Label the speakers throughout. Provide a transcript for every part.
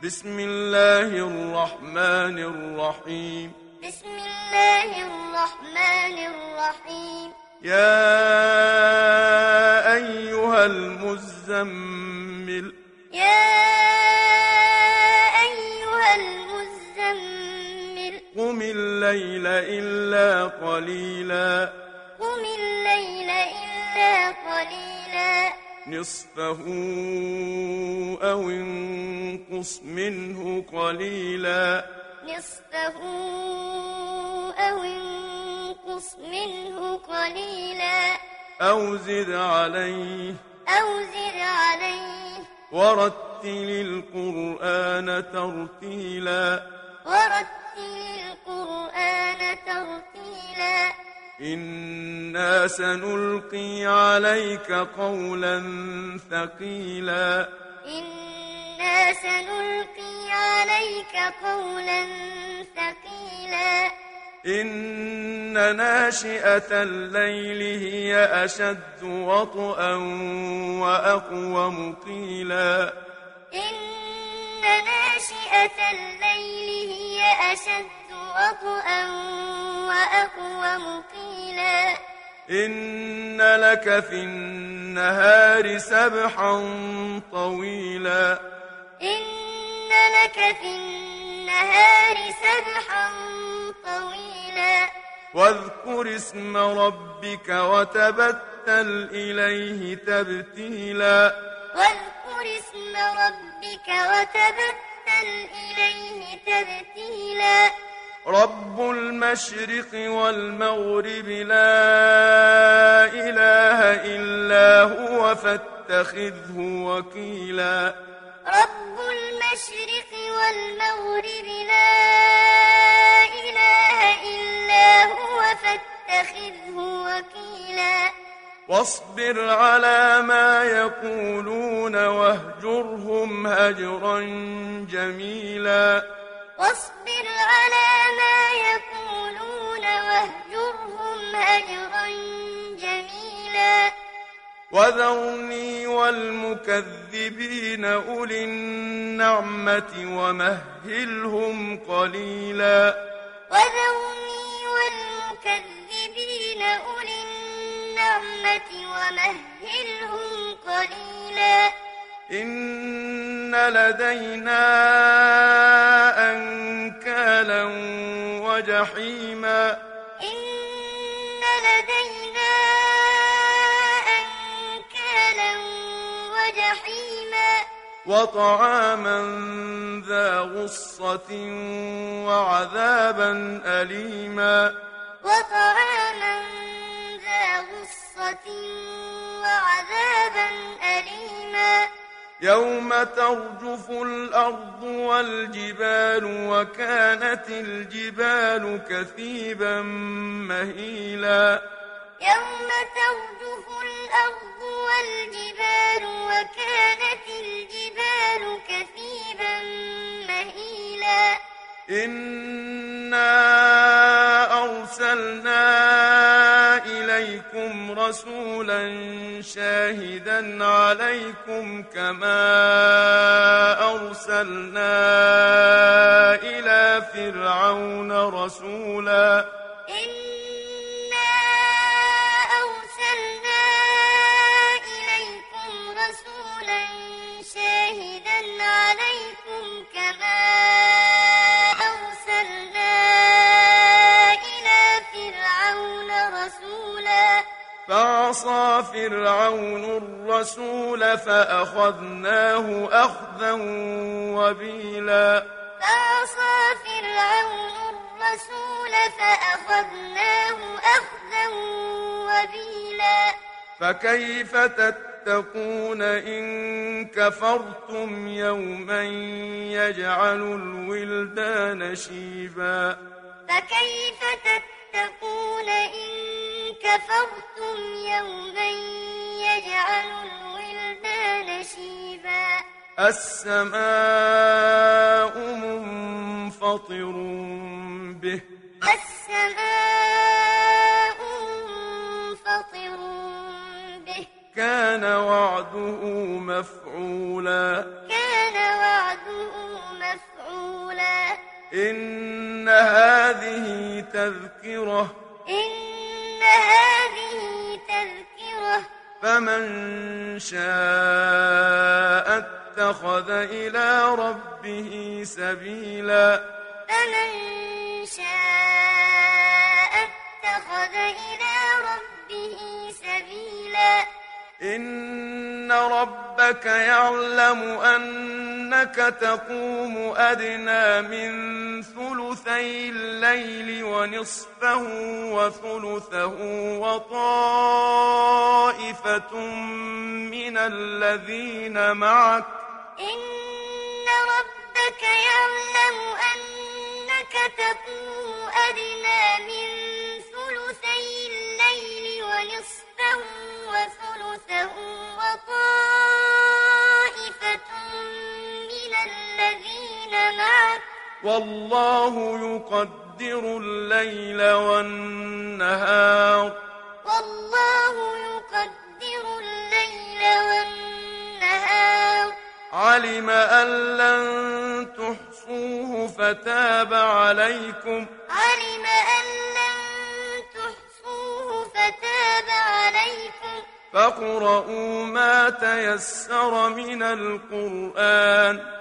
Speaker 1: بسم الله الرحمن الرحيم.
Speaker 2: بسم الله الرحمن الرحيم.
Speaker 1: يا أيها المزمل.
Speaker 2: يا أيها المزمل.
Speaker 1: قم الليل إلا قليلا.
Speaker 2: قم الليل إلا قليلا.
Speaker 1: نصفه أو انقص منه قليلا.
Speaker 2: نصفه أو انقص منه قليلا.
Speaker 1: أو زد عليه.
Speaker 2: أو زد عليه.
Speaker 1: ورتل القرآن ترتيلا.
Speaker 2: ورتل القرآن ترتيلا.
Speaker 1: إنا سنلقي عليك قولا ثقيلا.
Speaker 2: إنا سنلقي عليك قولا ثقيلا.
Speaker 1: إن ناشئة الليل هي أشد وطئا وأقوم قيلا.
Speaker 2: إن ناشئة الليل هي أشد وطئا وأقوم قيلا.
Speaker 1: إن لك في النهار سبحا طويلا.
Speaker 2: إن لك في النهار سبحا طويلا.
Speaker 1: واذكر اسم ربك وتبتل إليه تبتيلا.
Speaker 2: واذكر اسم ربك وتبتل إليه تبتيلا.
Speaker 1: رب المشرق والمغرب لا إله إلا هو فاتخذه وكيلا.
Speaker 2: رب المشرق والمغرب لا إله إلا هو فاتخذه وكيلا.
Speaker 1: واصبر على ما يقولون واهجرهم هجرا جميلا.
Speaker 2: واصبر على ما يقولون واهجرهم هجرا جميلا.
Speaker 1: وذرني والمكذبين أولي النعمة ومهلهم قليلا.
Speaker 2: وذرني والمكذبين أولي النعمة ومهلهم قليلا.
Speaker 1: إن لدينا أنكالا وجحيما.
Speaker 2: إن لدينا أنكالا وجحيما.
Speaker 1: وطعاما ذا غصة وعذابا أليما.
Speaker 2: وطعاما ذا غصة وعذابا أليما.
Speaker 1: يوم ترجف الأرض والجبال وكانت الجبال كثيبا مهيلا.
Speaker 2: يوم ترجف الأرض والجبال وكانت الجبال كثيبا مهيلا.
Speaker 1: إنا أرسلنا إليكم رسولا شاهدا عليكم كما أرسلنا إلى فرعون رسولا.
Speaker 2: إنا أرسلنا إليكم رسولا شاهدا عليكم كما أرسلنا إلى فرعون رسولا.
Speaker 1: فعصى فرعون الرسول فأخذناه أخذا وبيلا.
Speaker 2: فعصى فرعون الرسول فأخذناه أخذا وبيلا.
Speaker 1: فكيف تتقون إن كفرتم يوما يجعل الولدان شيبا.
Speaker 2: فكيف تتقون إن كفرتم يوما يجعل الولدان شيبا.
Speaker 1: السماء منفطر به.
Speaker 2: السماء منفطر به.
Speaker 1: كان وعده مفعولا.
Speaker 2: كان وعده
Speaker 1: إن هذه تذكرة فمن شاء اتخذ إلى ربه سبيلا إن ربك يعلم أنك تقوم أدنى من ثلثي الليل ونصفه وثلثه وطائفة من الذين معك
Speaker 2: إن ربك يعلم أنك تقوم أدنى من ثلثي الليل ونصفه وثلثه وطائفة من الذين معك
Speaker 1: والله يقدر الليل والنهار علم أن لن تحصوه فتاب عليكم فاقرؤوا ما تيسر من القرآن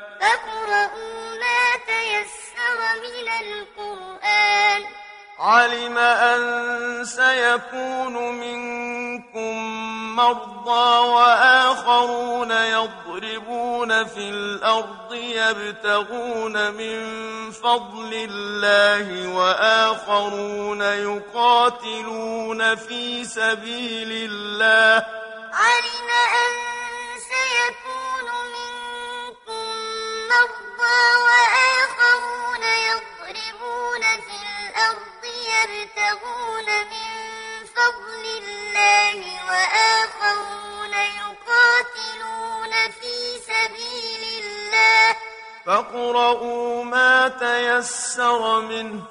Speaker 1: علم أن سيكون منكم مرضى وآخرون يضربون في الأرض يبتغون من فضل الله وآخرون يقاتلون في سبيل الله
Speaker 2: علم أن سيكون منكم مرضى وآخرون يضربون في الأرض يبتغون من فضل الله وآخرون يقاتلون في سبيل الله
Speaker 1: فاقرؤوا ما تيسر منه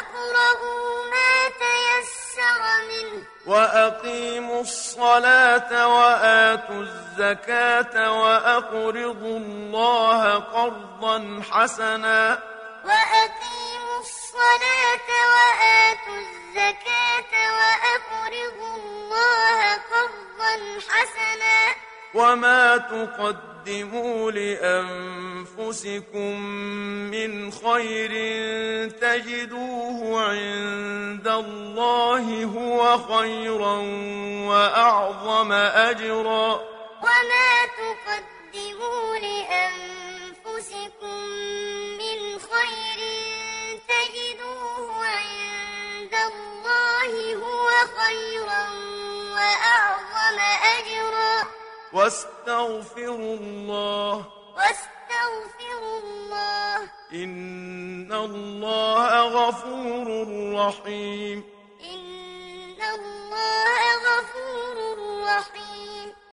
Speaker 1: وأقيموا الصلاة وآتوا الزكاة وأقرضوا الله قرضا حسنا وما تقدموا لأنفسكم من خير تجدوه عند الله هو خيرا وأعظم أجرا
Speaker 2: وما تقدموا لأنفسكم من خير تجدوه عند الله هو خيرا وأعظم أجرا
Speaker 1: واستغفروا الله إن الله غفور رحيم
Speaker 2: إن الله غفور رحيم